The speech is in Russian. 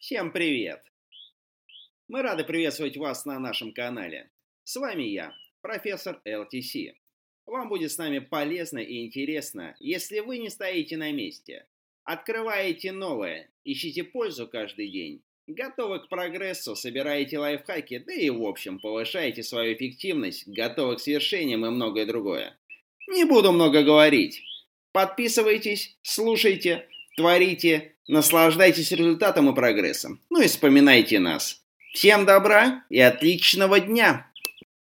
Всем привет! Мы рады приветствовать вас на нашем канале. С вами я, профессор LTC. Вам будет с нами полезно и интересно, если вы не стоите на месте. Открываете новое, ищите пользу каждый день. Готовы к прогрессу, собираете лайфхаки, да и в общем повышаете свою эффективность, готовы к свершениям и многое другое. Не буду много говорить. Подписывайтесь, слушайте, творите, наслаждайтесь результатом и прогрессом. Ну и вспоминайте нас. Всем добра и отличного дня!